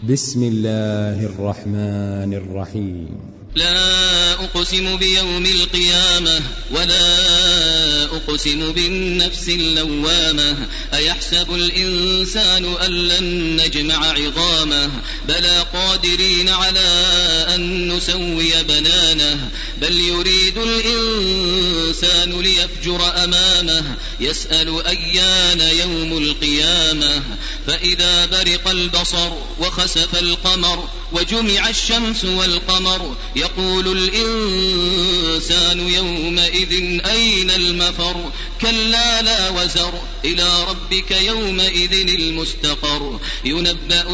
بسم الله الرحمن الرحيم. لا أقسم بيوم القيامة ولا أقسم بالنفس اللوامة أيحسب الإنسان أن لن نجمع عظامه بلى قادرين على أن نسوي بنانه بل يريد الإنسان ليفجر أمامه يسأل أيان يوم القيامة فإذا برق البصر وخسف القمر وجمع الشمس والقمر يقول الإنسان يومئذ أين المفر كلا لا وزر إلى ربك يومئذ المستقر ينبأ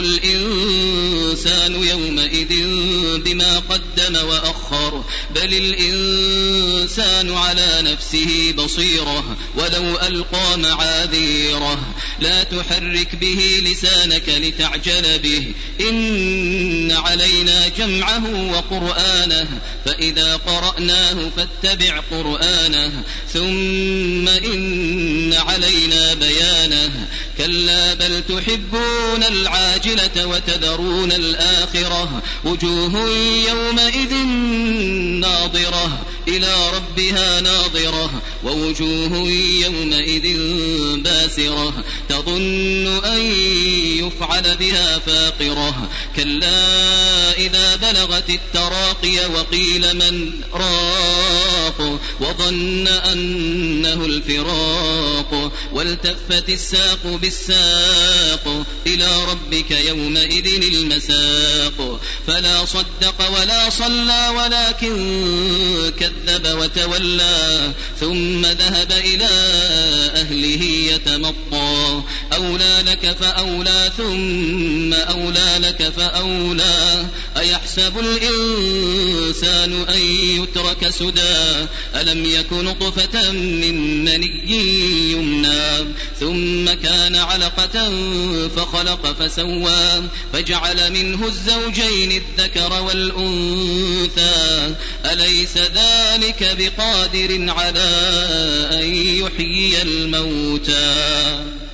الإنسان يومئذ بما قدم وأخر بل الإنسان على نفسه بصيرة ولو ألقى معاذيره لا تحرك به لسانك لتعجل به إن علينا جمعه وقرآنه فإذا قرأناه فاتبع قرآنه ثم إن علينا بيانه كلا بل تحبون العاجلة وتذرون الآخرة وجوه يومئذ ناظرة إلى ربها ناظرة ووجوه يومئذ باسرة تظن أن يفعل بها فاقرة كلا إذا بلغت التراقي وقيل من راق وظن أنه الفراق والتفت الساق بالساق إلى ربك يومئذ المساق فلا صدق ولا صلى ولكن كذب وتولى ثم ذهب إلى أهله يتمطى أولى لك فأولى ثم أولى لك فأولى أيحسب الإنسان أن يترك سدى ألم يكن نطفة من مني يمنى ثم كان علقة فخلق فسوى فجعل منه الزوجين الذكر والأنثى أليس ذلك بقادر على أن يحيي الموتى